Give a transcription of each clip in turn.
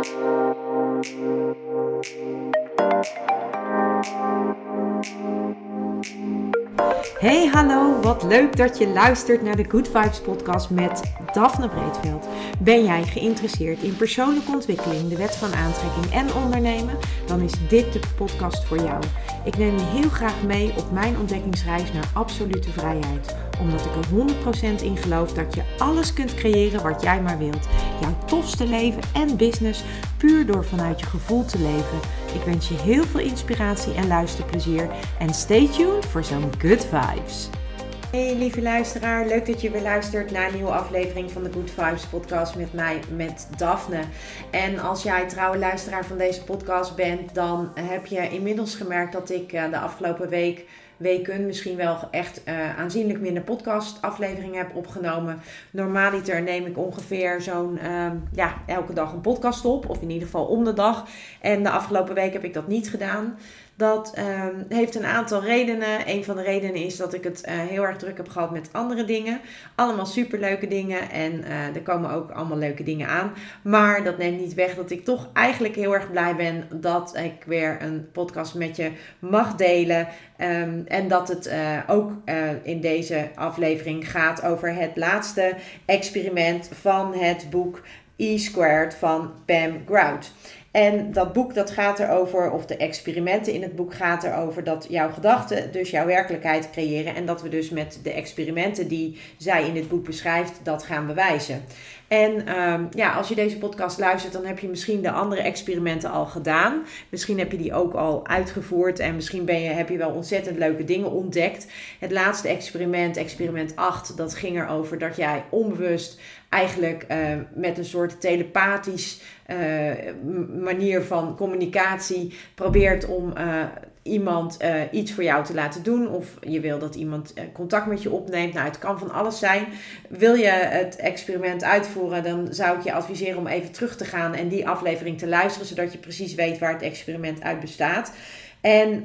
Hey, hallo, wat leuk dat je luistert naar de Good Vibes podcast met Daphne Breedveld. Ben jij geïnteresseerd in persoonlijke ontwikkeling, de wet van aantrekking en ondernemen? Dan is dit de podcast voor jou. Ik neem je heel graag mee op mijn ontdekkingsreis naar absolute vrijheid. Omdat ik er 100% in geloof dat je alles kunt creëren wat jij maar wilt. Jouw tofste leven en business puur door vanuit je gevoel te leven. Ik wens je heel veel inspiratie en luisterplezier. En stay tuned voor zo'n good vibes. Hey lieve luisteraar, leuk dat je weer luistert naar een nieuwe aflevering van de Good Vibes podcast met mij, met Daphne. En als jij trouwe luisteraar van deze podcast bent, dan heb je inmiddels gemerkt dat ik de afgelopen weken misschien wel echt aanzienlijk minder podcastafleveringen heb opgenomen. Normaaliter neem ik ongeveer zo'n elke dag een podcast op, of in ieder geval om de dag. En de afgelopen week heb ik dat niet gedaan. Dat heeft een aantal redenen. Een van de redenen is dat ik het heel erg druk heb gehad met andere dingen. Allemaal superleuke dingen en er komen ook allemaal leuke dingen aan. Maar dat neemt niet weg dat ik toch eigenlijk heel erg blij ben dat ik weer een podcast met je mag delen. En dat het ook in deze aflevering gaat over het laatste experiment van het boek E-Squared van Pam Grout. En dat boek dat gaat erover, of de experimenten in het boek gaat erover dat jouw gedachten dus jouw werkelijkheid creëren. En dat we dus met de experimenten die zij in dit boek beschrijft, dat gaan bewijzen. En als je deze podcast luistert, dan heb je misschien de andere experimenten al gedaan. Misschien heb je die ook al uitgevoerd en misschien heb je wel ontzettend leuke dingen ontdekt. Het laatste experiment 8, dat ging erover dat jij onbewust eigenlijk met een soort telepathisch manier van communicatie probeert om iemand iets voor jou te laten doen. Of je wil dat iemand contact met je opneemt. Nou, het kan van alles zijn. Wil je het experiment uitvoeren, dan zou ik je adviseren om even terug te gaan en die aflevering te luisteren, zodat je precies weet waar het experiment uit bestaat. En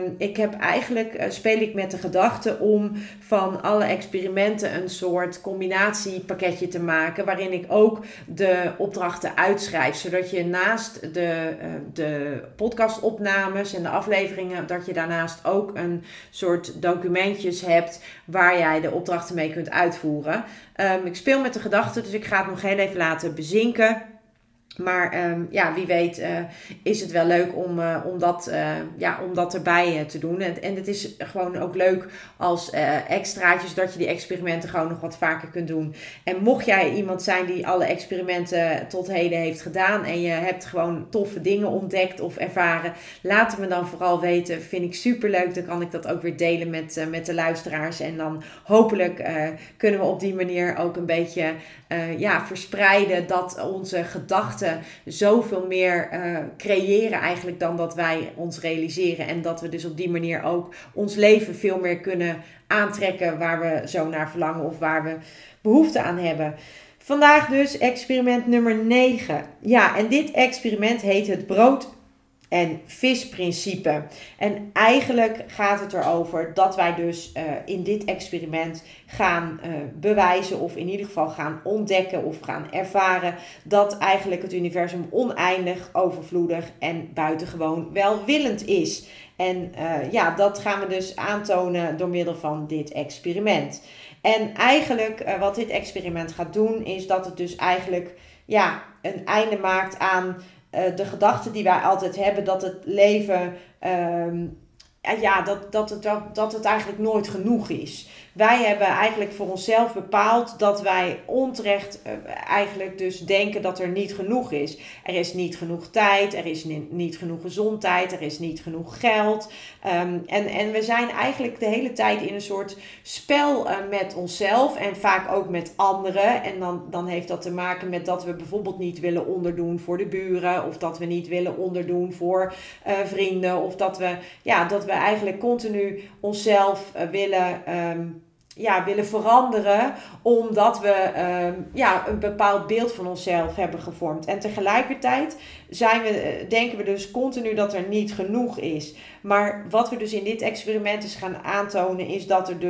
speel ik met de gedachte om van alle experimenten een soort combinatiepakketje te maken, waarin ik ook de opdrachten uitschrijf, zodat je naast de podcastopnames en de afleveringen, dat je daarnaast ook een soort documentjes hebt waar jij de opdrachten mee kunt uitvoeren. Ik speel met de gedachte, dus ik ga het nog heel even laten bezinken. Maar wie weet is het wel leuk om dat erbij te doen. En het is gewoon ook leuk als extraatjes dat je die experimenten gewoon nog wat vaker kunt doen. En mocht jij iemand zijn die alle experimenten tot heden heeft gedaan en je hebt gewoon toffe dingen ontdekt of ervaren, laat het me dan vooral weten. Vind ik superleuk. Dan kan ik dat ook weer delen met de luisteraars. En dan hopelijk kunnen we op die manier ook een beetje verspreiden dat onze gedachten zoveel meer creëren eigenlijk dan dat wij ons realiseren. En dat we dus op die manier ook ons leven veel meer kunnen aantrekken waar we zo naar verlangen of waar we behoefte aan hebben. Vandaag dus experiment nummer 9. Ja, en dit experiment heet het brood en visprincipe. En eigenlijk gaat het erover dat wij dus in dit experiment gaan bewijzen, of in ieder geval gaan ontdekken of gaan ervaren, dat eigenlijk het universum oneindig, overvloedig en buitengewoon welwillend is. En dat gaan we dus aantonen door middel van dit experiment. En eigenlijk wat dit experiment gaat doen, is dat het dus eigenlijk een einde maakt aan de gedachte die wij altijd hebben, dat het leven, dat het eigenlijk nooit genoeg is. Wij hebben eigenlijk voor onszelf bepaald dat wij onterecht eigenlijk dus denken dat er niet genoeg is. Er is niet genoeg tijd, er is niet genoeg gezondheid, er is niet genoeg geld. En we zijn eigenlijk de hele tijd in een soort spel met onszelf en vaak ook met anderen. En dan heeft dat te maken met dat we bijvoorbeeld niet willen onderdoen voor de buren, of dat we niet willen onderdoen voor vrienden, of dat we eigenlijk continu onszelf willen veranderen, omdat we een bepaald beeld van onszelf hebben gevormd. En tegelijkertijd denken we dus continu dat er niet genoeg is. Maar wat we dus in dit experiment eens gaan aantonen, is dat er dus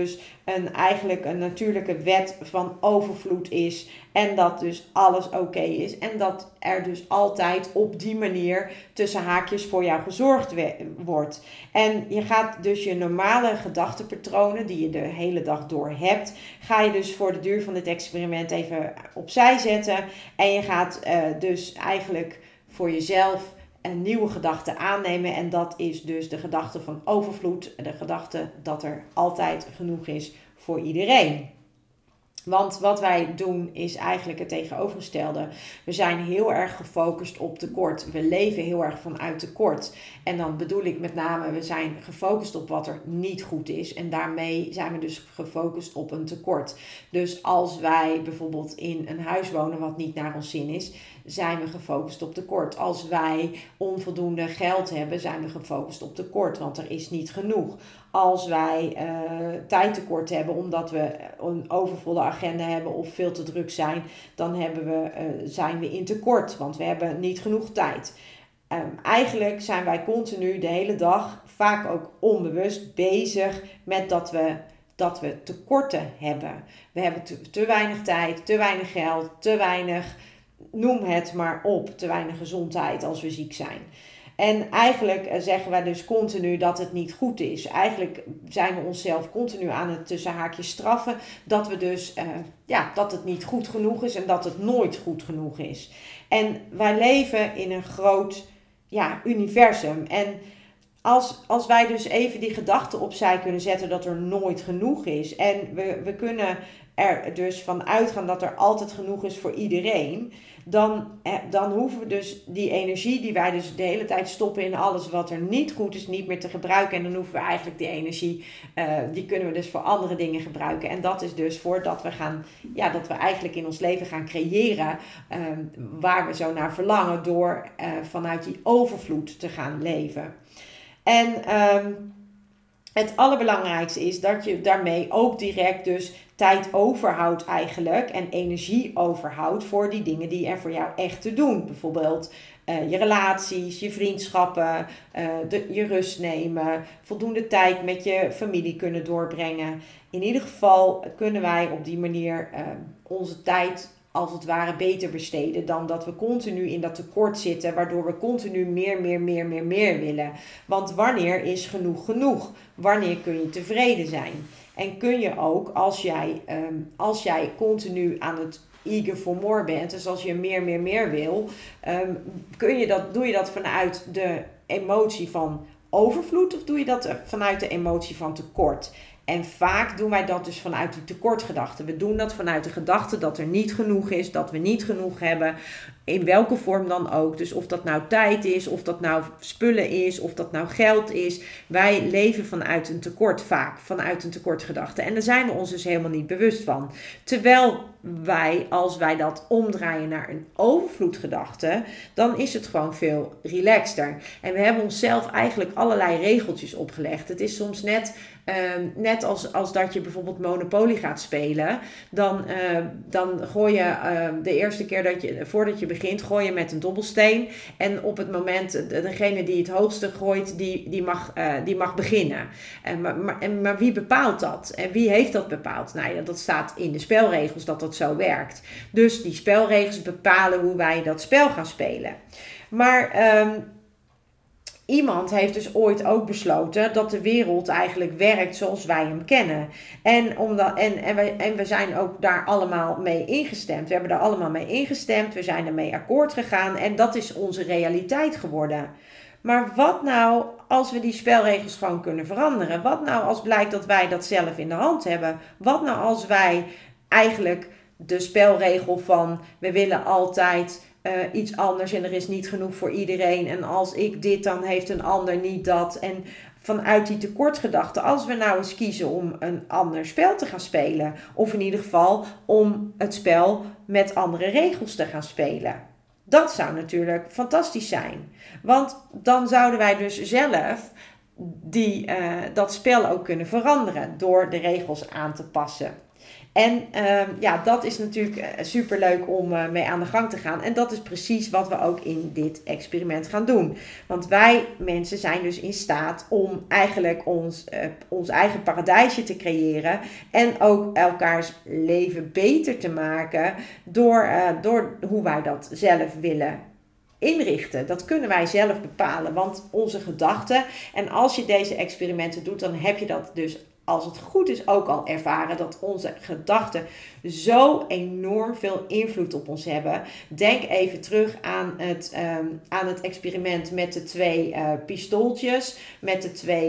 eigenlijk een natuurlijke wet van overvloed is. En dat dus alles oké is. En dat er dus altijd op die manier tussen haakjes voor jou gezorgd wordt. En je gaat dus je normale gedachtenpatronen die je de hele dag door hebt, ga je dus voor de duur van dit experiment even opzij zetten. En je gaat dus eigenlijk voor jezelf een nieuwe gedachte aannemen. En dat is dus de gedachte van overvloed. De gedachte dat er altijd genoeg is voor iedereen. Want wat wij doen is eigenlijk het tegenovergestelde. We zijn heel erg gefocust op tekort. We leven heel erg vanuit tekort. En dan bedoel ik met name, we zijn gefocust op wat er niet goed is. En daarmee zijn we dus gefocust op een tekort. Dus als wij bijvoorbeeld in een huis wonen wat niet naar ons zin is, zijn we gefocust op tekort. Als wij onvoldoende geld hebben, zijn we gefocust op tekort, want er is niet genoeg. Als wij tijdtekort hebben omdat we een overvolle agenda hebben of veel te druk zijn, dan zijn we in tekort, want we hebben niet genoeg tijd. Eigenlijk zijn wij continu de hele dag, vaak ook onbewust, bezig met dat we tekorten hebben. We hebben te weinig tijd, te weinig geld, te weinig, noem het maar op, te weinig gezondheid als we ziek zijn. En eigenlijk zeggen wij dus continu dat het niet goed is. Eigenlijk zijn we onszelf continu aan het tussen haakjes straffen. Dat we dus, dat het niet goed genoeg is en dat het nooit goed genoeg is. En wij leven in een groot universum. En als wij dus even die gedachte opzij kunnen zetten dat er nooit genoeg is. En we kunnen er dus van uitgaan dat er altijd genoeg is voor iedereen. Dan hoeven we dus die energie die wij dus de hele tijd stoppen in alles wat er niet goed is, niet meer te gebruiken. En dan hoeven we eigenlijk die energie, die kunnen we dus voor andere dingen gebruiken. En dat is dus voordat dat we eigenlijk in ons leven gaan creëren waar we zo naar verlangen door vanuit die overvloed te gaan leven. En het allerbelangrijkste is dat je daarmee ook direct dus tijd overhoudt eigenlijk en energie overhoudt voor die dingen die er voor jou echt te doen. Bijvoorbeeld je relaties, je vriendschappen, je rust nemen, voldoende tijd met je familie kunnen doorbrengen. In ieder geval kunnen wij op die manier onze tijd als het ware beter besteden dan dat we continu in dat tekort zitten, waardoor we continu meer willen. Want wanneer is genoeg? Wanneer kun je tevreden zijn? En kun je ook, als jij continu aan het eager for more bent, dus als je meer wil, doe je dat vanuit de emotie van overvloed of doe je dat vanuit de emotie van tekort? En vaak doen wij dat dus vanuit die tekortgedachte. We doen dat vanuit de gedachte dat er niet genoeg is, dat we niet genoeg hebben, in welke vorm dan ook. Dus of dat nou tijd is, of dat nou spullen is, of dat nou geld is. Wij leven vanuit een tekort vaak, vanuit een tekortgedachte. En daar zijn we ons dus helemaal niet bewust van. Terwijl als wij dat omdraaien naar een overvloedgedachte, dan is het gewoon veel relaxter. En we hebben onszelf eigenlijk allerlei regeltjes opgelegd. Het is soms net als dat je bijvoorbeeld Monopoly gaat spelen. Dan gooi je de eerste keer voordat je begint, gooi je met een dobbelsteen. En op het moment, degene die het hoogste gooit, die mag beginnen. Maar wie bepaalt dat? En wie heeft dat bepaald? Nou ja, dat staat in de spelregels dat zo werkt. Dus die spelregels bepalen hoe wij dat spel gaan spelen. Maar iemand heeft dus ooit ook besloten dat de wereld eigenlijk werkt zoals wij hem kennen. En we zijn ook daar allemaal mee ingestemd. We hebben daar allemaal mee ingestemd. We zijn ermee akkoord gegaan. En dat is onze realiteit geworden. Maar wat nou als we die spelregels gewoon kunnen veranderen? Wat nou als blijkt dat wij dat zelf in de hand hebben? Wat nou als wij eigenlijk de spelregel van we willen altijd iets anders en er is niet genoeg voor iedereen. En als ik dit, dan heeft een ander niet dat. En vanuit die tekortgedachte, als we nou eens kiezen om een ander spel te gaan spelen. Of in ieder geval om het spel met andere regels te gaan spelen. Dat zou natuurlijk fantastisch zijn. Want dan zouden wij dus zelf dat spel ook kunnen veranderen door de regels aan te passen. En dat is natuurlijk superleuk om mee aan de gang te gaan. En dat is precies wat we ook in dit experiment gaan doen. Want wij mensen zijn dus in staat om eigenlijk ons eigen paradijsje te creëren. En ook elkaars leven beter te maken door hoe wij dat zelf willen inrichten. Dat kunnen wij zelf bepalen, want onze gedachten, en als je deze experimenten doet, dan heb je dat dus, als het goed is, ook al ervaren, dat onze gedachten zo enorm veel invloed op ons hebben. Denk even terug aan het experiment met de twee pistooltjes, met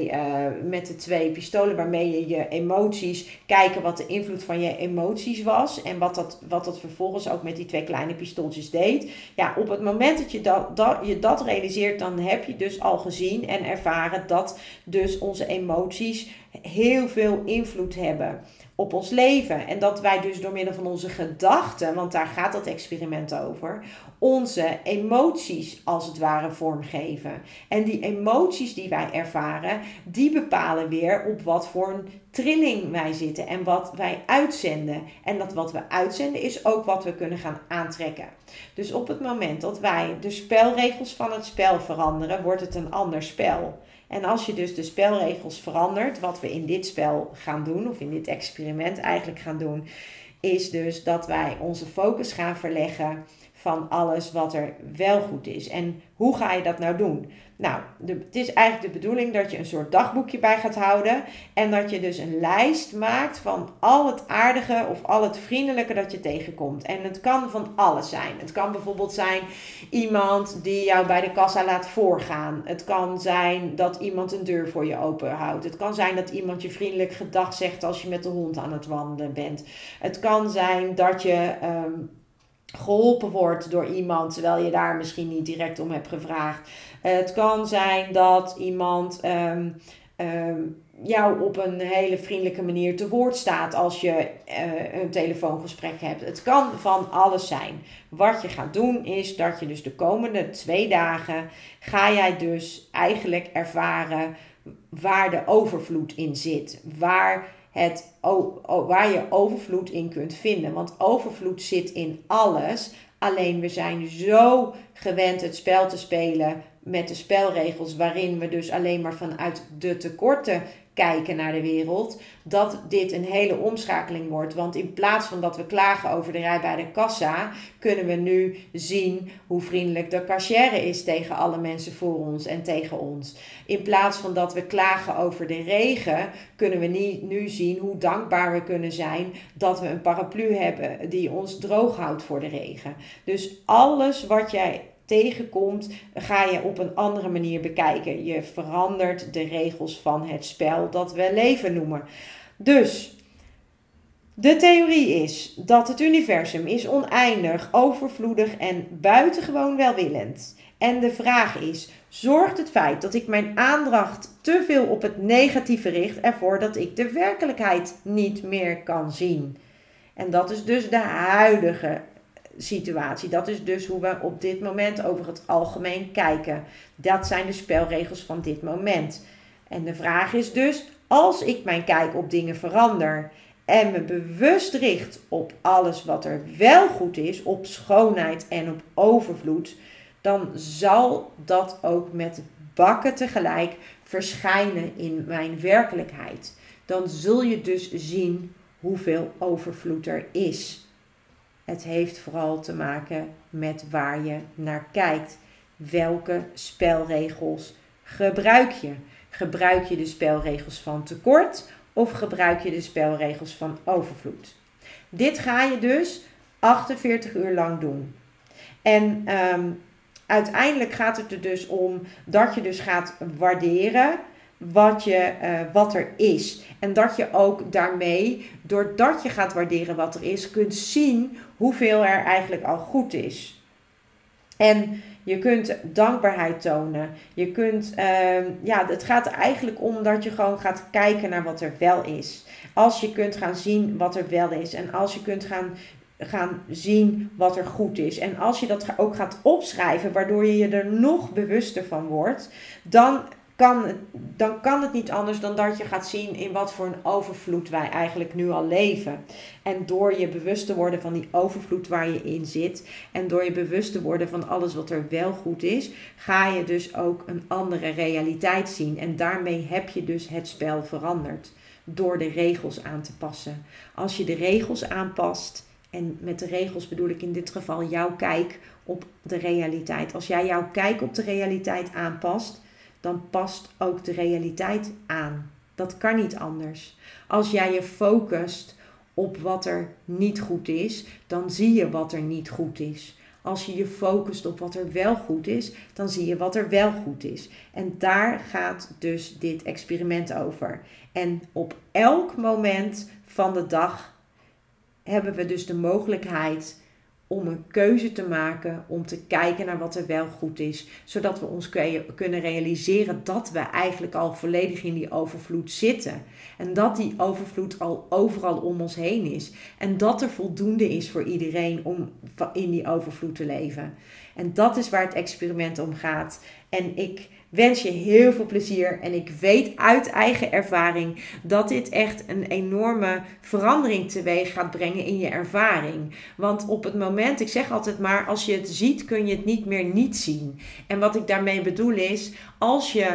de twee pistolen waarmee je je emoties, kijken wat de invloed van je emoties was en wat dat vervolgens ook met die twee kleine pistooltjes deed. Ja, op het moment dat je dat realiseert, dan heb je dus al gezien en ervaren dat dus onze emoties heel veel invloed hebben op ons leven. En dat wij dus door middel van onze gedachten, want daar gaat dat experiment over, onze emoties als het ware vormgeven. En die emoties die wij ervaren, die bepalen weer op wat voor een trilling wij zitten en wat wij uitzenden. En dat wat we uitzenden is ook wat we kunnen gaan aantrekken. Dus op het moment dat wij de spelregels van het spel veranderen, wordt het een ander spel. En als je dus de spelregels verandert, wat we in dit spel gaan doen, of in dit experiment eigenlijk gaan doen, is dus dat wij onze focus gaan verleggen van alles wat er wel goed is. En hoe ga je dat nou doen? Nou, het is eigenlijk de bedoeling dat je een soort dagboekje bij gaat houden. En dat je dus een lijst maakt van al het aardige of al het vriendelijke dat je tegenkomt. En het kan van alles zijn. Het kan bijvoorbeeld zijn iemand die jou bij de kassa laat voorgaan. Het kan zijn dat iemand een deur voor je open houdt. Het kan zijn dat iemand je vriendelijk gedag zegt als je met de hond aan het wandelen bent. Het kan zijn dat je geholpen wordt door iemand terwijl je daar misschien niet direct om hebt gevraagd. Het kan zijn dat iemand jou op een hele vriendelijke manier te woord staat als je een telefoongesprek hebt. Het kan van alles zijn. Wat je gaat doen is dat je dus de komende 2 dagen ga jij dus eigenlijk ervaren waar de overvloed in zit. Waar je overvloed in kunt vinden. Want overvloed zit in alles. Alleen we zijn zo gewend het spel te spelen met de spelregels waarin we dus alleen maar vanuit de tekorten kijken naar de wereld, dat dit een hele omschakeling wordt. Want in plaats van dat we klagen over de rij bij de kassa, kunnen we nu zien hoe vriendelijk de cashier is tegen alle mensen voor ons en tegen ons. In plaats van dat we klagen over de regen, kunnen we nu zien hoe dankbaar we kunnen zijn dat we een paraplu hebben die ons droog houdt voor de regen. Dus alles wat jij tegenkomt, ga je op een andere manier bekijken. Je verandert de regels van het spel dat we leven noemen. Dus de theorie is dat het universum is oneindig, overvloedig en buitengewoon welwillend. En de vraag is, zorgt het feit dat ik mijn aandacht te veel op het negatieve richt ervoor dat ik de werkelijkheid niet meer kan zien? En dat is dus de huidige situatie. Dat is dus hoe we op dit moment over het algemeen kijken. Dat zijn de spelregels van dit moment. En de vraag is dus, als ik mijn kijk op dingen verander en me bewust richt op alles wat er wel goed is, op schoonheid en op overvloed, dan zal dat ook met bakken tegelijk verschijnen in mijn werkelijkheid. Dan zul je dus zien hoeveel overvloed er is. Het heeft vooral te maken met waar je naar kijkt. Welke spelregels gebruik je? Gebruik je de spelregels van tekort of gebruik je de spelregels van overvloed? Dit ga je dus 48 uur lang doen. En uiteindelijk gaat het er dus om dat je dus gaat waarderen wat er is. En dat je ook daarmee, doordat je gaat waarderen wat er is, kunt zien hoeveel er eigenlijk al goed is. En je kunt dankbaarheid tonen. Je kunt, het gaat er eigenlijk om dat je gewoon gaat kijken naar wat er wel is. Als je kunt gaan zien wat er wel is. En als je kunt gaan zien wat er goed is. En als je dat ook gaat opschrijven, waardoor je er nog bewuster van wordt, dan dan kan het niet anders dan dat je gaat zien in wat voor een overvloed wij eigenlijk nu al leven. En door je bewust te worden van die overvloed waar je in zit en door je bewust te worden van alles wat er wel goed is, ga je dus ook een andere realiteit zien. En daarmee heb je dus het spel veranderd door de regels aan te passen. Als je de regels aanpast, en met de regels bedoel ik in dit geval jouw kijk op de realiteit. Als jij jouw kijk op de realiteit aanpast, dan past ook de realiteit aan. Dat kan niet anders. Als jij je focust op wat er niet goed is, dan zie je wat er niet goed is. Als je je focust op wat er wel goed is, dan zie je wat er wel goed is. En daar gaat dus dit experiment over. En op elk moment van de dag hebben we dus de mogelijkheid om een keuze te maken, om te kijken naar wat er wel goed is. Zodat we ons kunnen realiseren dat we eigenlijk al volledig in die overvloed zitten. En dat die overvloed al overal om ons heen is. En dat er voldoende is voor iedereen om in die overvloed te leven. En dat is waar het experiment om gaat. En ik wens je heel veel plezier. En ik weet uit eigen ervaring dat dit echt een enorme verandering teweeg gaat brengen in je ervaring. Want op het moment, ik zeg altijd maar, als je het ziet kun je het niet meer niet zien. En wat ik daarmee bedoel is, als je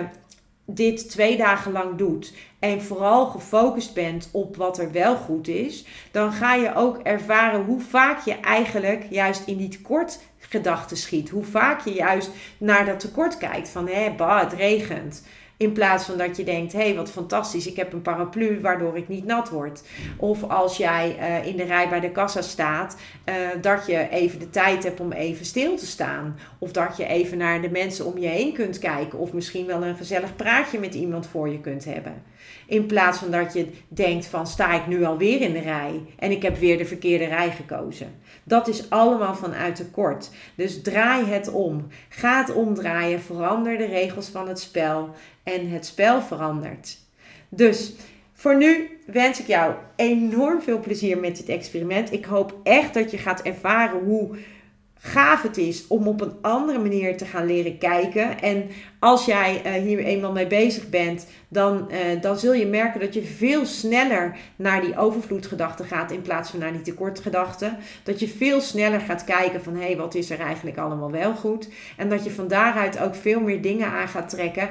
dit 2 dagen lang doet en vooral gefocust bent op wat er wel goed is, dan ga je ook ervaren hoe vaak je eigenlijk juist in die tekortgedachten schiet. Hoe vaak je juist naar dat tekort kijkt van het regent. In plaats van dat je denkt, wat fantastisch, ik heb een paraplu waardoor ik niet nat word. Of als jij in de rij bij de kassa staat, dat je even de tijd hebt om even stil te staan. Of dat je even naar de mensen om je heen kunt kijken. Of misschien wel een gezellig praatje met iemand voor je kunt hebben. In plaats van dat je denkt van, sta ik nu alweer in de rij en ik heb weer de verkeerde rij gekozen. Dat is allemaal vanuit tekort. Dus draai het om. Ga het omdraaien. Verander de regels van het spel. En het spel verandert. Dus voor nu wens ik jou enorm veel plezier met dit experiment. Ik hoop echt dat je gaat ervaren hoe gaaf het is om op een andere manier te gaan leren kijken. En als jij hier eenmaal mee bezig bent, dan zul je merken dat je veel sneller naar die overvloedgedachte gaat in plaats van naar die tekortgedachte. Dat je veel sneller gaat kijken van wat is er eigenlijk allemaal wel goed. En dat je van daaruit ook veel meer dingen aan gaat trekken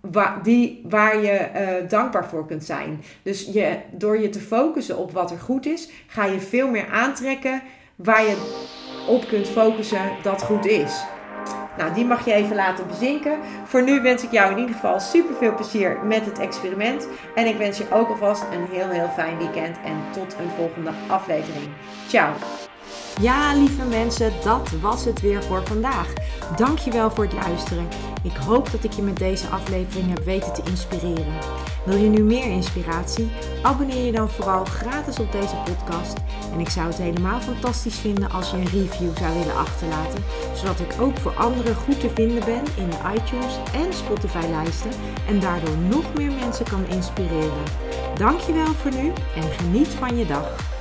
waar je dankbaar voor kunt zijn. Dus door je te focussen op wat er goed is, ga je veel meer aantrekken waar je op kunt focussen dat goed is. Nou, die mag je even laten bezinken. Voor nu wens ik jou in ieder geval super veel plezier met het experiment. En ik wens je ook alvast een heel heel fijn weekend. En tot een volgende aflevering. Ciao! Ja, lieve mensen, dat was het weer voor vandaag. Dankjewel voor het luisteren. Ik hoop dat ik je met deze aflevering heb weten te inspireren. Wil je nu meer inspiratie? Abonneer je dan vooral gratis op deze podcast. En ik zou het helemaal fantastisch vinden als je een review zou willen achterlaten. Zodat ik ook voor anderen goed te vinden ben in de iTunes en Spotify lijsten. En daardoor nog meer mensen kan inspireren. Dankjewel voor nu en geniet van je dag.